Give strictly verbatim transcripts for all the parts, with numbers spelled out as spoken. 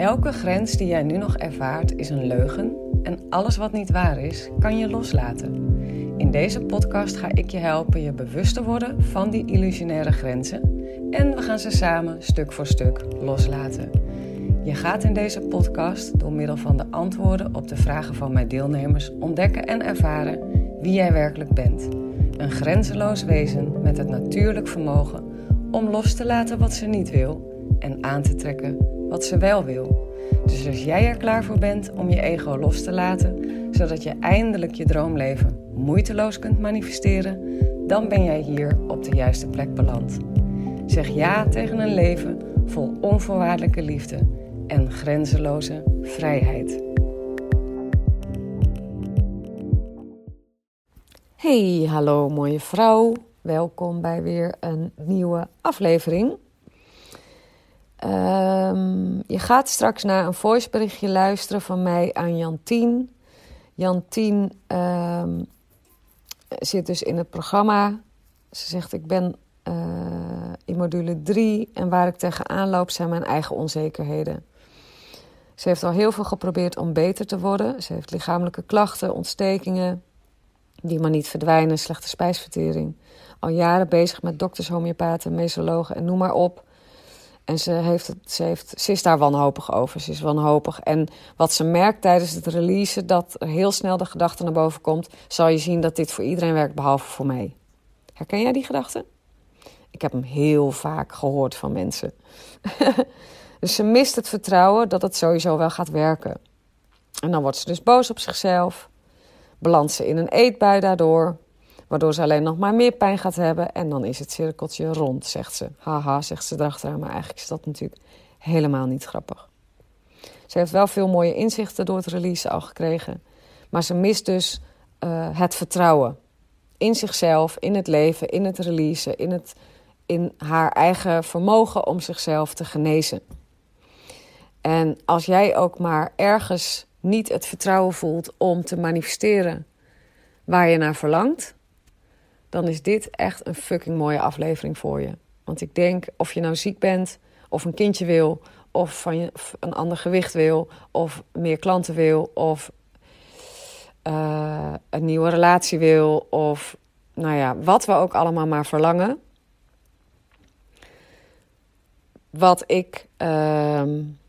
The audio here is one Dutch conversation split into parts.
Elke grens die jij nu nog ervaart is een leugen en alles wat niet waar is, kan je loslaten. In deze podcast ga ik je helpen je bewust te worden van die illusionaire grenzen en we gaan ze samen stuk voor stuk loslaten. Je gaat in deze podcast door middel van de antwoorden op de vragen van mijn deelnemers ontdekken en ervaren wie jij werkelijk bent. Een grenzeloos wezen met het natuurlijk vermogen om los te laten wat ze niet wil en aan te trekken wat ze wel wil. Dus als jij er klaar voor bent om je ego los te laten, zodat je eindelijk je droomleven moeiteloos kunt manifesteren, dan ben jij hier op de juiste plek beland. Zeg ja tegen een leven vol onvoorwaardelijke liefde en grenzeloze vrijheid. Hey, hallo mooie vrouw. Welkom bij weer een nieuwe aflevering. Um, je gaat straks naar een voiceberichtje luisteren van mij aan Jantien. Jantien um, zit dus in het programma. Ze zegt, ik ben uh, in module drie en waar ik tegenaan loop zijn mijn eigen onzekerheden. Ze heeft al heel veel geprobeerd om beter te worden. Ze heeft lichamelijke klachten, ontstekingen die maar niet verdwijnen, slechte spijsvertering. Al jaren bezig met dokters, homeopaten, mesologen en noem maar op. En ze, heeft het, ze, heeft, ze is daar wanhopig over. Ze is wanhopig. En wat ze merkt tijdens het releasen, dat er heel snel de gedachte naar boven komt, zal je zien dat dit voor iedereen werkt, behalve voor mij. Herken jij die gedachte? Ik heb hem heel vaak gehoord van mensen. Dus ze mist het vertrouwen dat het sowieso wel gaat werken. En dan wordt ze dus boos op zichzelf. Belandt ze in een eetbui daardoor, waardoor ze alleen nog maar meer pijn gaat hebben. En dan is het cirkeltje rond, zegt ze. Haha, zegt ze erachteraan, maar eigenlijk is dat natuurlijk helemaal niet grappig. Ze heeft wel veel mooie inzichten door het releasen al gekregen. Maar ze mist dus uh, het vertrouwen in zichzelf, in het leven, in het releasen, in, het, in haar eigen vermogen om zichzelf te genezen. En als jij ook maar ergens niet het vertrouwen voelt om te manifesteren waar je naar verlangt, dan is dit echt een fucking mooie aflevering voor je. Want ik denk, of je nou ziek bent, of een kindje wil, of van je een ander gewicht wil, of meer klanten wil, of uh, een nieuwe relatie wil, of nou ja, wat we ook allemaal maar verlangen. Wat ik Uh,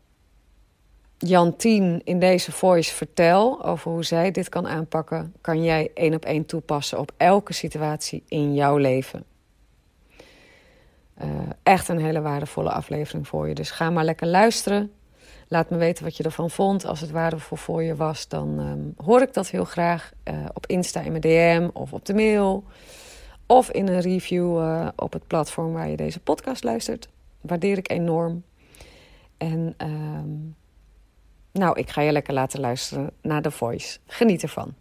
Jantien in deze voice vertel over hoe zij dit kan aanpakken, kan jij één op één toepassen op elke situatie in jouw leven. Uh, echt een hele waardevolle aflevering voor je. Dus ga maar lekker luisteren. Laat me weten wat je ervan vond. Als het waardevol voor je was, dan um, hoor ik dat heel graag uh, op Insta in mijn D M of op de mail. Of in een review uh, op het platform waar je deze podcast luistert. Waardeer ik enorm. En Um, Nou, ik ga je lekker laten luisteren naar The Voice. Geniet ervan.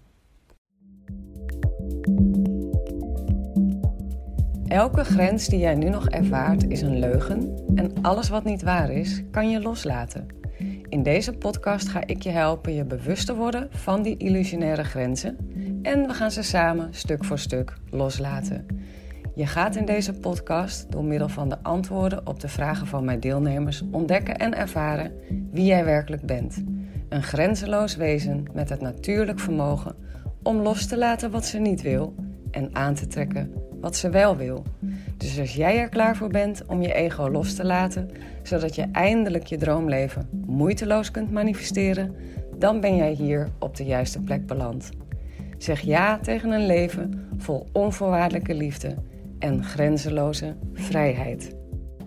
Elke grens die jij nu nog ervaart is een leugen en alles wat niet waar is, kan je loslaten. In deze podcast ga ik je helpen je bewust te worden van die illusionaire grenzen en we gaan ze samen stuk voor stuk loslaten. Je gaat in deze podcast door middel van de antwoorden op de vragen van mijn deelnemers ontdekken en ervaren wie jij werkelijk bent. Een grenzeloos wezen met het natuurlijk vermogen om los te laten wat ze niet wil en aan te trekken wat ze wel wil. Dus als jij er klaar voor bent om je ego los te laten, zodat je eindelijk je droomleven moeiteloos kunt manifesteren, dan ben jij hier op de juiste plek beland. Zeg ja tegen een leven vol onvoorwaardelijke liefde en grenzeloze vrijheid.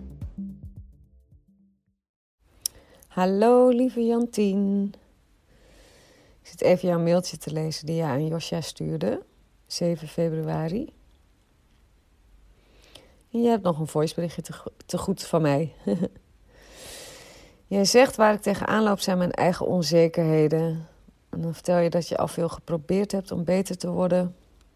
Hallo lieve Jantien. Ik zit even jouw mailtje te lezen die je aan Josja stuurde, zeven februari. En je hebt nog een voiceberichtje te, go- te goed van mij. Jij zegt waar ik tegenaan loop zijn mijn eigen onzekerheden. En dan vertel je dat je al veel geprobeerd hebt om beter te worden.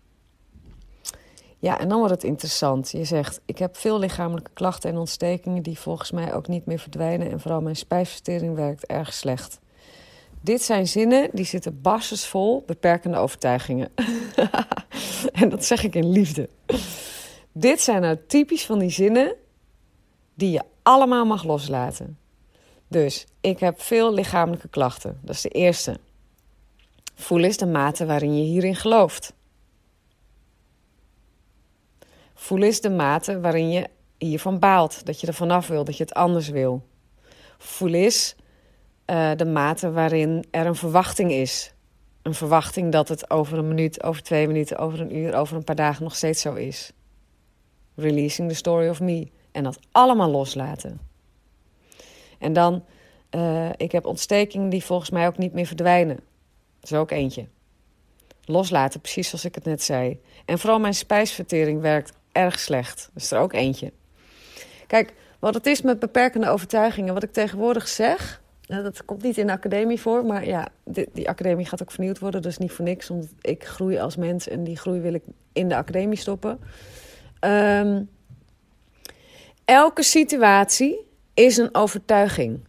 Ja, en dan wordt het interessant. Je zegt, ik heb veel lichamelijke klachten en ontstekingen die volgens mij ook niet meer verdwijnen. En vooral mijn spijsvertering werkt erg slecht. Dit zijn zinnen die zitten barsensvol beperkende overtuigingen. En dat zeg ik in liefde. Dit zijn nou typisch van die zinnen die je allemaal mag loslaten. Dus ik heb veel lichamelijke klachten. Dat is de eerste. Voel eens de mate waarin je hierin gelooft. Voel eens de mate waarin je hiervan baalt. Dat je er vanaf wil, dat je het anders wil. Voel eens uh, de mate waarin er een verwachting is. Een verwachting dat het over een minuut, over twee minuten, over een uur, over een paar dagen nog steeds zo is. Releasing the story of me. En dat allemaal loslaten. En dan, uh, ik heb ontstekingen die volgens mij ook niet meer verdwijnen. Dat is ook eentje. Loslaten, precies zoals ik het net zei. En vooral mijn spijsvertering werkt erg slecht. Dat is er ook eentje. Kijk, wat het is met beperkende overtuigingen, wat ik tegenwoordig zeg, dat komt niet in de academie voor, maar ja, die, die academie gaat ook vernieuwd worden, dus niet voor niks, omdat ik groei als mens en die groei wil ik in de academie stoppen. Um, elke situatie is een overtuiging.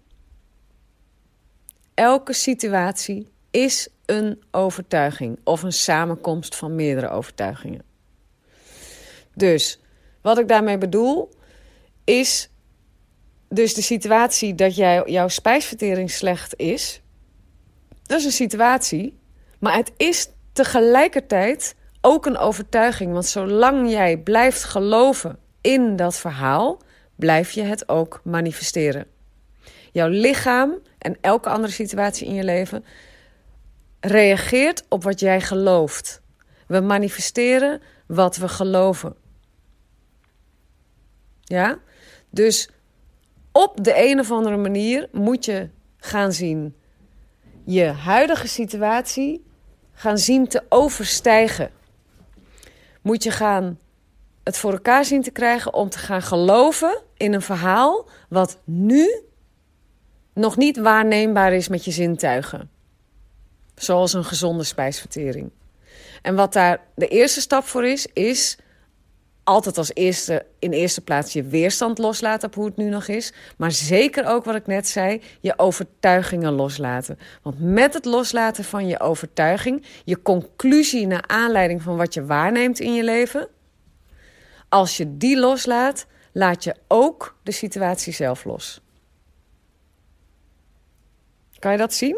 Elke situatie is een overtuiging of een samenkomst van meerdere overtuigingen. Dus wat ik daarmee bedoel is dus de situatie dat jij, jouw spijsvertering slecht is. Dat is een situatie, maar het is tegelijkertijd ook een overtuiging. Want zolang jij blijft geloven in dat verhaal, blijf je het ook manifesteren. Jouw lichaam en elke andere situatie in je leven reageert op wat jij gelooft. We manifesteren wat we geloven. Ja? Dus op de een of andere manier moet je gaan zien je huidige situatie gaan zien te overstijgen. Moet je gaan het voor elkaar zien te krijgen om te gaan geloven in een verhaal wat nu nog niet waarneembaar is met je zintuigen. Zoals een gezonde spijsvertering. En wat daar de eerste stap voor is, is altijd als eerste, in eerste plaats je weerstand loslaten op hoe het nu nog is. Maar zeker ook wat ik net zei, je overtuigingen loslaten. Want met het loslaten van je overtuiging, je conclusie naar aanleiding van wat je waarneemt in je leven, als je die loslaat, laat je ook de situatie zelf los. Kan je dat zien?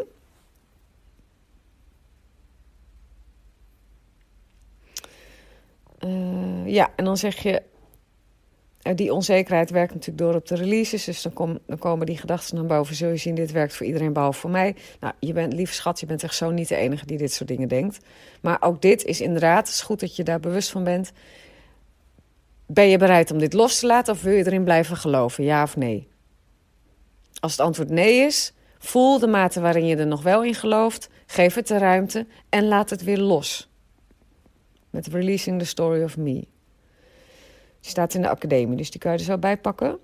Uh, ja, en dan zeg je, uh, die onzekerheid werkt natuurlijk door op de releases. Dus dan, kom, dan komen die gedachten naar boven. Zul je zien, dit werkt voor iedereen behalve voor mij. Nou, je bent, lieve schat, je bent echt zo niet de enige die dit soort dingen denkt. Maar ook dit is inderdaad, het is goed dat je daar bewust van bent. Ben je bereid om dit los te laten of wil je erin blijven geloven? Ja of nee? Als het antwoord nee is, voel de mate waarin je er nog wel in gelooft. Geef het de ruimte en laat het weer los. Met Releasing the Story of Me. Die staat in de academie, dus die kan je er zo bij pakken.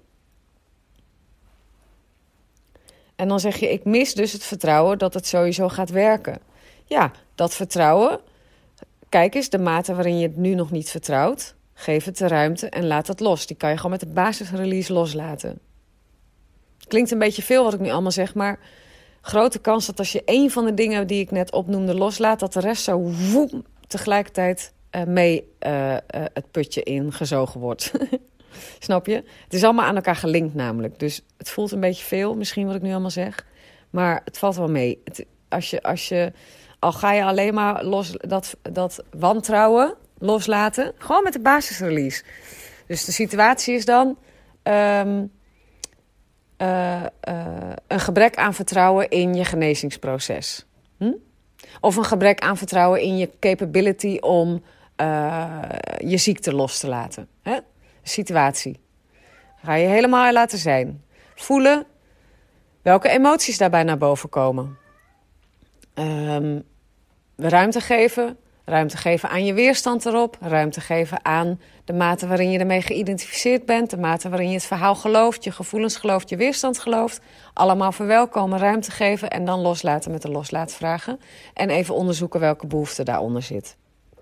En dan zeg je, ik mis dus het vertrouwen dat het sowieso gaat werken. Ja, dat vertrouwen. Kijk eens, de mate waarin je het nu nog niet vertrouwt. Geef het de ruimte en laat het los. Die kan je gewoon met de basisrelease loslaten. Klinkt een beetje veel wat ik nu allemaal zeg, maar grote kans dat als je één van de dingen die ik net opnoemde loslaat, dat de rest zo woem, tegelijkertijd uh, mee uh, uh, het putje ingezogen wordt. Snap je? Het is allemaal aan elkaar gelinkt namelijk. Dus het voelt een beetje veel, misschien wat ik nu allemaal zeg. Maar het valt wel mee. Het, als je, als je, al ga je alleen maar los, dat, dat wantrouwen loslaten. Gewoon met de basisrelease. Dus de situatie is dan Um, Uh, uh, een gebrek aan vertrouwen in je genezingsproces. Hm? Of een gebrek aan vertrouwen in je capability om uh, je ziekte los te laten. Hè? Situatie. Ga je helemaal laten zijn. Voelen welke emoties daarbij naar boven komen. Um, ruimte geven. Ruimte geven aan je weerstand erop. Ruimte geven aan de mate waarin je ermee geïdentificeerd bent. De mate waarin je het verhaal gelooft. Je gevoelens gelooft. Je weerstand gelooft. Allemaal verwelkomen. Ruimte geven. En dan loslaten met de loslaatvragen. En even onderzoeken welke behoefte daaronder zit.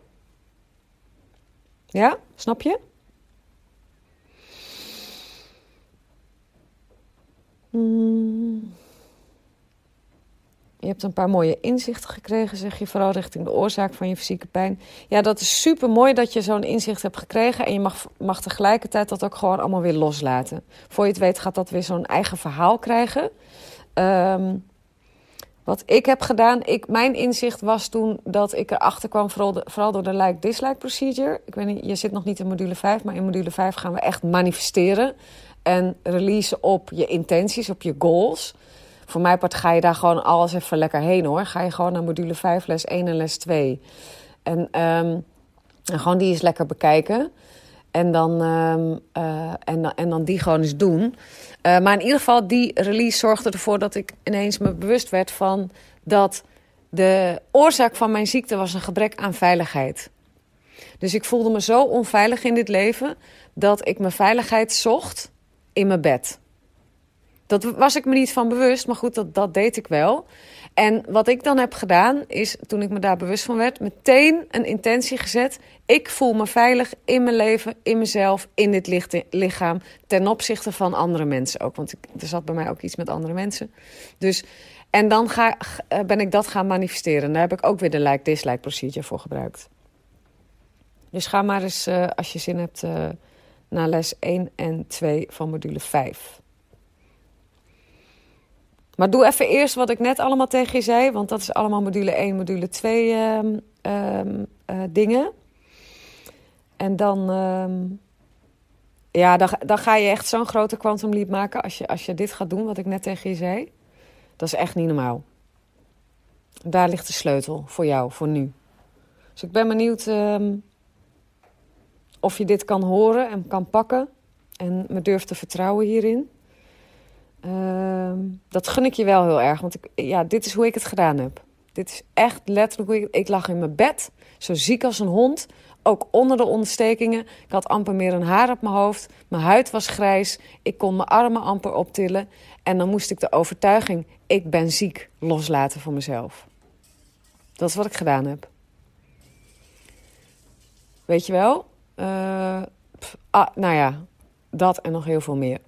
Ja? Snap je? Hmm. hebt een paar mooie inzichten gekregen, zeg je, vooral richting de oorzaak van je fysieke pijn. Ja, dat is super mooi dat je zo'n inzicht hebt gekregen. En je mag, mag tegelijkertijd dat ook gewoon allemaal weer loslaten. Voor je het weet gaat dat weer zo'n eigen verhaal krijgen. Um, wat ik heb gedaan, ik, mijn inzicht was toen dat ik erachter kwam, vooral, de, vooral door de like-dislike procedure. Ik weet niet, je zit nog niet in module vijf, maar in module vijf gaan we echt manifesteren. En releasen op je intenties, op je goals. Voor mijn part ga je daar gewoon alles even lekker heen hoor. Ga je gewoon naar module vijf, les één en les twee. En, um, en gewoon die eens lekker bekijken. En dan, um, uh, en, dan, en dan die gewoon eens doen. Uh, maar in ieder geval, die release zorgde ervoor dat ik ineens me bewust werd van dat de oorzaak van mijn ziekte was een gebrek aan veiligheid. Dus ik voelde me zo onveilig in dit leven dat ik mijn veiligheid zocht in mijn bed. Dat was ik me niet van bewust, maar goed, dat, dat deed ik wel. En wat ik dan heb gedaan, is toen ik me daar bewust van werd, meteen een intentie gezet. Ik voel me veilig in mijn leven, in mezelf, in dit lichaam, ten opzichte van andere mensen ook. Want ik, er zat bij mij ook iets met andere mensen. Dus, en dan ga, ben ik dat gaan manifesteren. Daar heb ik ook weer de like-dislike procedure voor gebruikt. Dus ga maar eens, uh, als je zin hebt, uh, naar les één en twee van module vijf. Maar doe even eerst wat ik net allemaal tegen je zei. Want dat is allemaal module één, module twee um, um, uh, dingen. En dan, um, ja, dan, dan ga je echt zo'n grote quantum leap maken als je, als je dit gaat doen, wat ik net tegen je zei. Dat is echt niet normaal. Daar ligt de sleutel voor jou, voor nu. Dus ik ben benieuwd um, of je dit kan horen en kan pakken. En me durft te vertrouwen hierin. Uh, dat gun ik je wel heel erg, want ik, ja, dit is hoe ik het gedaan heb. Dit is echt letterlijk hoe ik... Ik lag in mijn bed, zo ziek als een hond, ook onder de ontstekingen. Ik had amper meer een haar op mijn hoofd, mijn huid was grijs, ik kon mijn armen amper optillen. En dan moest ik de overtuiging, ik ben ziek, loslaten voor mezelf. Dat is wat ik gedaan heb. Weet je wel? Uh, pff, ah, nou ja, dat en nog heel veel meer.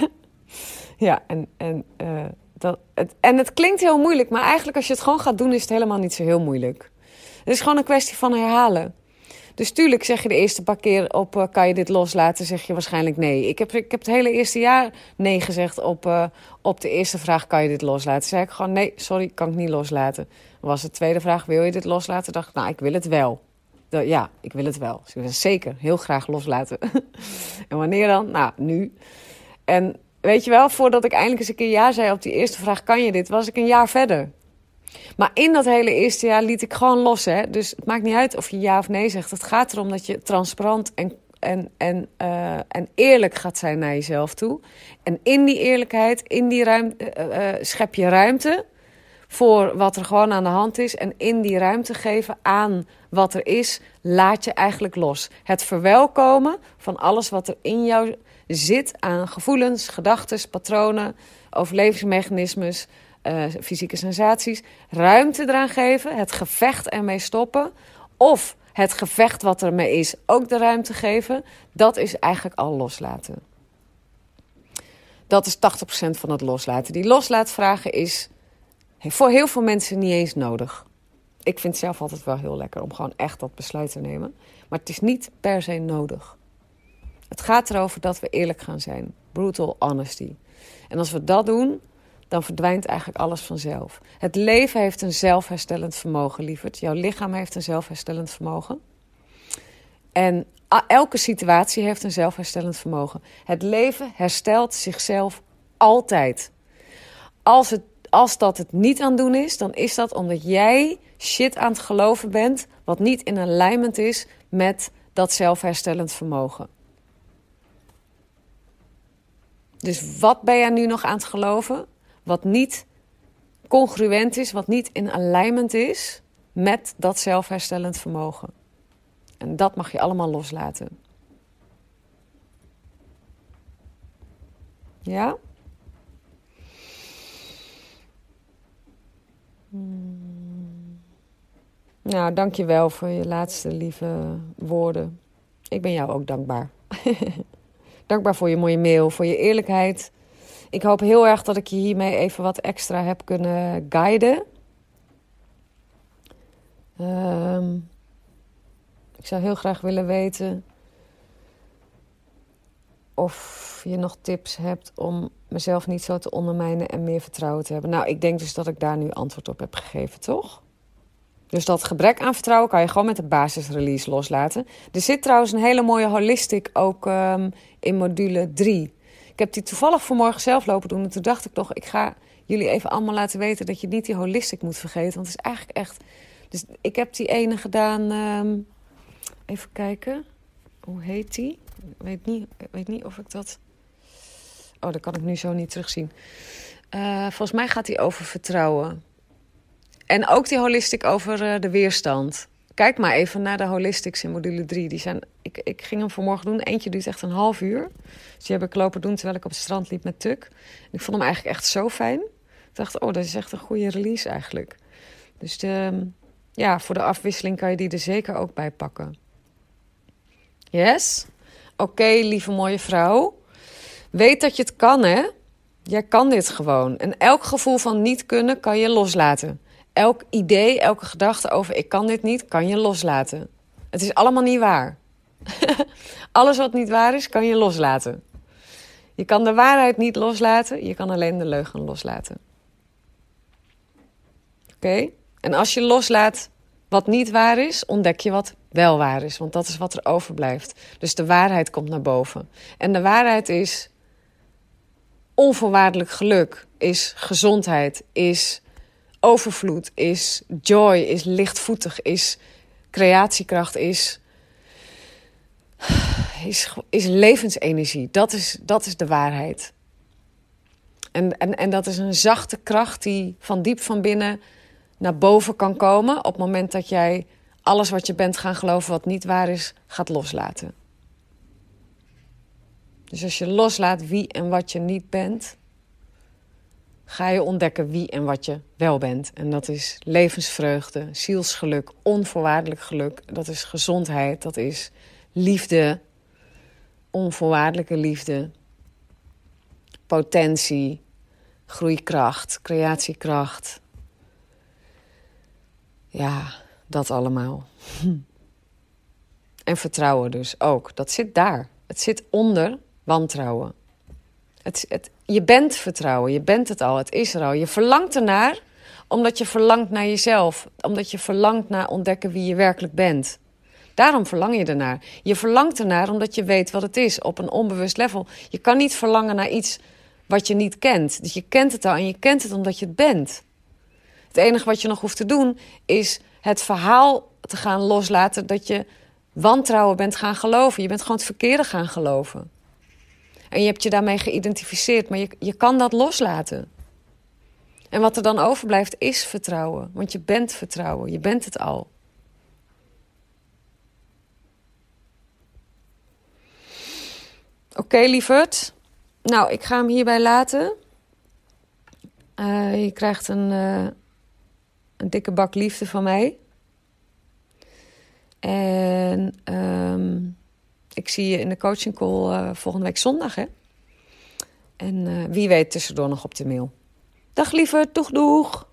Ja, en, en, uh, dat, het, en het klinkt heel moeilijk, maar eigenlijk als je het gewoon gaat doen, is het helemaal niet zo heel moeilijk. Het is gewoon een kwestie van herhalen. Dus tuurlijk zeg je de eerste paar keer op, uh, kan je dit loslaten, zeg je waarschijnlijk nee. Ik heb, ik heb het hele eerste jaar nee gezegd op, uh, op de eerste vraag, kan je dit loslaten? Zei ik gewoon nee, sorry, kan ik niet loslaten. Dan was de tweede vraag, wil je dit loslaten? Dacht ik, nou, ik wil het wel. De, ja, ik wil het wel. Dus ik wil zeker heel graag loslaten. En wanneer dan? Nou, nu. En weet je wel, voordat ik eindelijk eens een keer ja zei op die eerste vraag, kan je dit, was ik een jaar verder. Maar in dat hele eerste jaar liet ik gewoon los. Hè? Dus het maakt niet uit of je ja of nee zegt. Het gaat erom dat je transparant en, en, en, uh, en eerlijk gaat zijn naar jezelf toe. En in die eerlijkheid, in die ruimte, uh, uh, schep je ruimte voor wat er gewoon aan de hand is. En in die ruimte geven aan wat er is, laat je eigenlijk los. Het verwelkomen van alles wat er in jou zit aan gevoelens, gedachten, patronen, overlevingsmechanismes, uh, fysieke sensaties. Ruimte eraan geven, het gevecht ermee stoppen. Of het gevecht wat ermee is ook de ruimte geven. Dat is eigenlijk al loslaten. Dat is tachtig procent van het loslaten. Die loslaatvragen is voor heel veel mensen niet eens nodig. Ik vind het zelf altijd wel heel lekker om gewoon echt dat besluit te nemen. Maar het is niet per se nodig. Het gaat erover dat we eerlijk gaan zijn. Brutal honesty. En als we dat doen, dan verdwijnt eigenlijk alles vanzelf. Het leven heeft een zelfherstellend vermogen, lieverd. Jouw lichaam heeft een zelfherstellend vermogen. En elke situatie heeft een zelfherstellend vermogen. Het leven herstelt zichzelf altijd. Als, het, als dat het niet aan doen is, dan is dat omdat jij shit aan het geloven bent wat niet in alignment is met dat zelfherstellend vermogen. Dus wat ben jij nu nog aan het geloven? Wat niet congruent is, wat niet in alignment is met dat zelfherstellend vermogen. En dat mag je allemaal loslaten. Ja? Hmm. Nou, dank je wel voor je laatste lieve woorden. Ik ben jou ook dankbaar. Dankbaar voor je mooie mail, voor je eerlijkheid. Ik hoop heel erg dat ik je hiermee even wat extra heb kunnen guiden. Um, ik zou heel graag willen weten of je nog tips hebt om mezelf niet zo te ondermijnen en meer vertrouwen te hebben. Nou, ik denk dus dat ik daar nu antwoord op heb gegeven, toch? Dus dat gebrek aan vertrouwen kan je gewoon met de basisrelease loslaten. Er zit trouwens een hele mooie holistic ook um, in module drie. Ik heb die toevallig vanmorgen zelf lopen doen. En toen dacht ik toch, ik ga jullie even allemaal laten weten dat je niet die holistic moet vergeten. Want het is eigenlijk echt... Dus ik heb die ene gedaan... Um, even kijken. Hoe heet die? Ik weet niet, ik weet niet of ik dat... Oh, dat kan ik nu zo niet terugzien. Uh, volgens mij gaat die over vertrouwen. En ook die holistic over uh, de weerstand. Kijk maar even naar de holistics in module drie. Die zijn, ik, ik ging hem vanmorgen doen. Eentje duurt echt een half uur. Dus die heb ik lopen doen terwijl ik op het strand liep met Tuk. En ik vond hem eigenlijk echt zo fijn. Ik dacht, oh, dat is echt een goede release eigenlijk. Dus de, ja, voor de afwisseling kan je die er zeker ook bij pakken. Yes? Oké, okay, lieve mooie vrouw. Weet dat je het kan, hè? Jij kan dit gewoon. En elk gevoel van niet kunnen kan je loslaten. Elk idee, elke gedachte over ik kan dit niet, kan je loslaten. Het is allemaal niet waar. Alles wat niet waar is, kan je loslaten. Je kan de waarheid niet loslaten, je kan alleen de leugen loslaten. Oké? Okay? En als je loslaat wat niet waar is, ontdek je wat wel waar is. Want dat is wat er overblijft. Dus de waarheid komt naar boven. En de waarheid is onvoorwaardelijk geluk, is gezondheid, is overvloed, is joy, is lichtvoetig, is creatiekracht, is, is, is levensenergie. Dat is, dat is de waarheid. En, en, en dat is een zachte kracht die van diep van binnen naar boven kan komen op het moment dat jij alles wat je bent gaan geloven wat niet waar is, gaat loslaten. Dus als je loslaat wie en wat je niet bent, ga je ontdekken wie en wat je wel bent. En dat is levensvreugde, zielsgeluk, onvoorwaardelijk geluk. Dat is gezondheid, dat is liefde, onvoorwaardelijke liefde, potentie, groeikracht, creatiekracht. Ja, dat allemaal. En vertrouwen dus ook. Dat zit daar. Het zit onder wantrouwen. Het, het, je bent vertrouwen, je bent het al, het is er al. Je verlangt ernaar omdat je verlangt naar jezelf. Omdat je verlangt naar ontdekken wie je werkelijk bent. Daarom verlang je ernaar. Je verlangt ernaar omdat je weet wat het is op een onbewust level. Je kan niet verlangen naar iets wat je niet kent. Dus je kent het al en je kent het omdat je het bent. Het enige wat je nog hoeft te doen is het verhaal te gaan loslaten dat je wantrouwen bent gaan geloven. Je bent gewoon het verkeerde gaan geloven. En je hebt je daarmee geïdentificeerd, maar je, je kan dat loslaten. En wat er dan overblijft is vertrouwen. Want je bent vertrouwen, je bent het al. Oké, okay, lieverd. Nou, ik ga hem hierbij laten. Uh, je krijgt een, uh, een dikke bak liefde van mij. En um, ik zie je in de coaching call uh, volgende week zondag, hè? En uh, wie weet tussendoor nog op de mail. Dag lieverd, doeg doeg!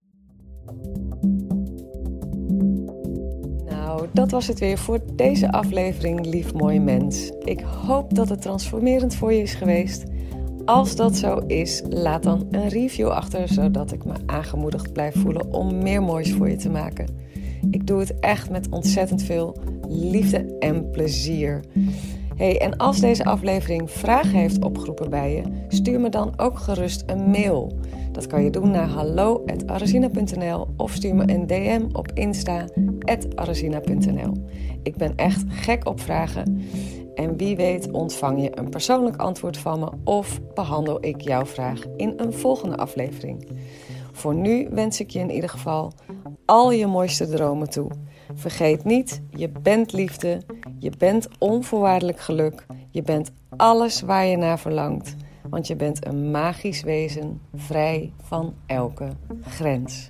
Nou, dat was het weer voor deze aflevering, lief mooi mens. Ik hoop dat het transformerend voor je is geweest. Als dat zo is, laat dan een review achter, zodat ik me aangemoedigd blijf voelen om meer moois voor je te maken. Ik doe het echt met ontzettend veel liefde en plezier. Hey, en als deze aflevering vragen heeft opgeroepen bij je, stuur me dan ook gerust een mail. Dat kan je doen naar hallo at arazina punt n l of stuur me een D M op Insta at arazina punt n l. Ik ben echt gek op vragen. En wie weet ontvang je een persoonlijk antwoord van me of behandel ik jouw vraag in een volgende aflevering. Voor nu wens ik je in ieder geval al je mooiste dromen toe. Vergeet niet, je bent liefde, je bent onvoorwaardelijk geluk, je bent alles waar je naar verlangt. Want je bent een magisch wezen, vrij van elke grens.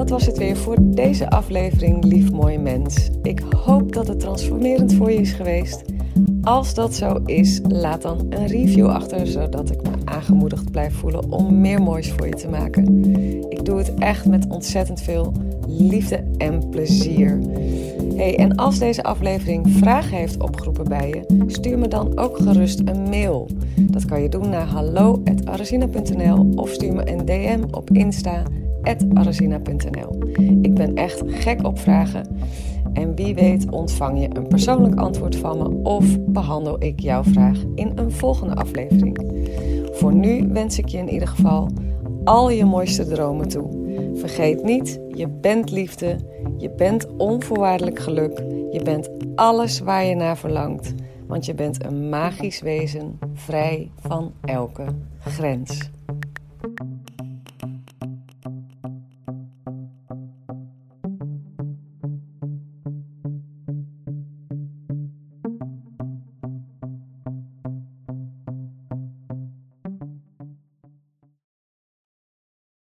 dat was het weer voor deze aflevering, lief mooi mens. Ik hoop dat het transformerend voor je is geweest. Als dat zo is, laat dan een review achter, zodat ik me aangemoedigd blijf voelen om meer moois voor je te maken. Ik doe het echt met ontzettend veel liefde en plezier. Hey, en als deze aflevering vragen heeft opgeroepen bij je, stuur me dan ook gerust een mail. Dat kan je doen naar hallo at arazina punt n l of stuur me een D M op Insta at arazina punt n l. Ik ben echt gek op vragen. En wie weet ontvang je een persoonlijk antwoord van me of behandel ik jouw vraag in een volgende aflevering. Voor nu wens ik je in ieder geval al je mooiste dromen toe. Vergeet niet, je bent liefde, je bent onvoorwaardelijk geluk, je bent alles waar je naar verlangt. Want je bent een magisch wezen, vrij van elke grens.